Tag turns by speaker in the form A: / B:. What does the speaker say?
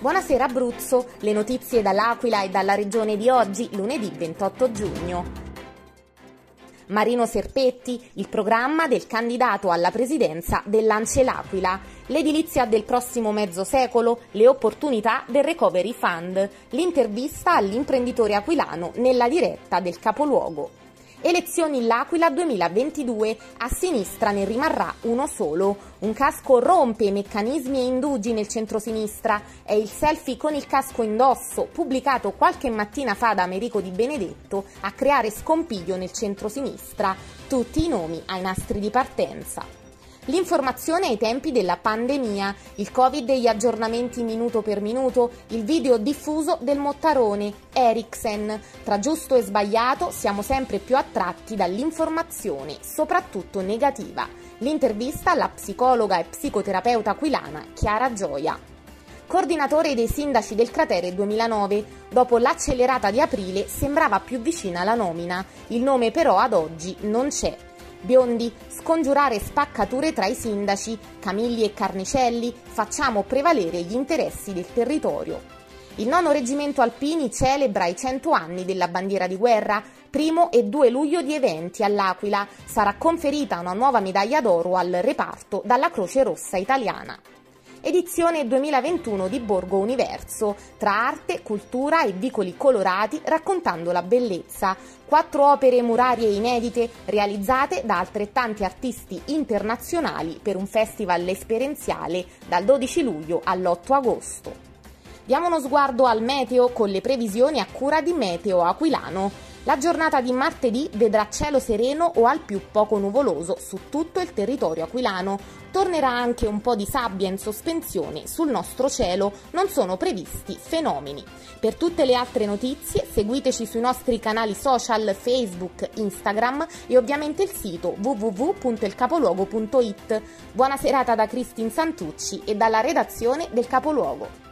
A: Buonasera Abruzzo, le notizie dall'Aquila e dalla regione di oggi, lunedì 28 giugno. Marino Serpetti, il programma del candidato alla presidenza dell'Ance L'Aquila, l'edilizia del prossimo mezzo secolo, le opportunità del Recovery Fund, l'intervista all'imprenditore aquilano nella diretta del capoluogo. Elezioni L'Aquila 2022, a sinistra ne rimarrà uno solo. Un casco rompe i meccanismi e indugi nel centrosinistra. È il selfie con il casco indosso, pubblicato qualche mattina fa da Americo Di Benedetto, a creare scompiglio nel centrosinistra. Tutti i nomi ai nastri di partenza. L'informazione ai tempi della pandemia, il Covid e gli aggiornamenti minuto per minuto, il video diffuso del Mottarone, Eriksen. Tra giusto e sbagliato siamo sempre più attratti dall'informazione, soprattutto negativa. L'intervista alla psicologa e psicoterapeuta aquilana Chiara Gioia. Coordinatore dei sindaci del cratere 2009, dopo l'accelerata di aprile sembrava più vicina la nomina, il nome però ad oggi non c'è. Biondi, scongiurare spaccature tra i sindaci, Camilli e Carnicelli, facciamo prevalere gli interessi del territorio. Il 9° Reggimento Alpini celebra i 100 anni della bandiera di guerra, 1° e 2 luglio di eventi all'Aquila, sarà conferita una nuova medaglia d'oro al reparto dalla Croce Rossa Italiana. Edizione 2021 di Borgo Universo, tra arte, cultura e vicoli colorati raccontando la bellezza. 4 opere murarie inedite realizzate da altrettanti artisti internazionali per un festival esperienziale dal 12 luglio all'8 agosto. Diamo uno sguardo al meteo con le previsioni a cura di Meteo Aquilano. La giornata di martedì vedrà cielo sereno o al più poco nuvoloso su tutto il territorio aquilano. Tornerà anche un po' di sabbia in sospensione sul nostro cielo, non sono previsti fenomeni. Per tutte le altre notizie seguiteci sui nostri canali social Facebook, Instagram e ovviamente il sito www.ilcapoluogo.it. Buona serata da Cristin Santucci e dalla redazione del Capoluogo.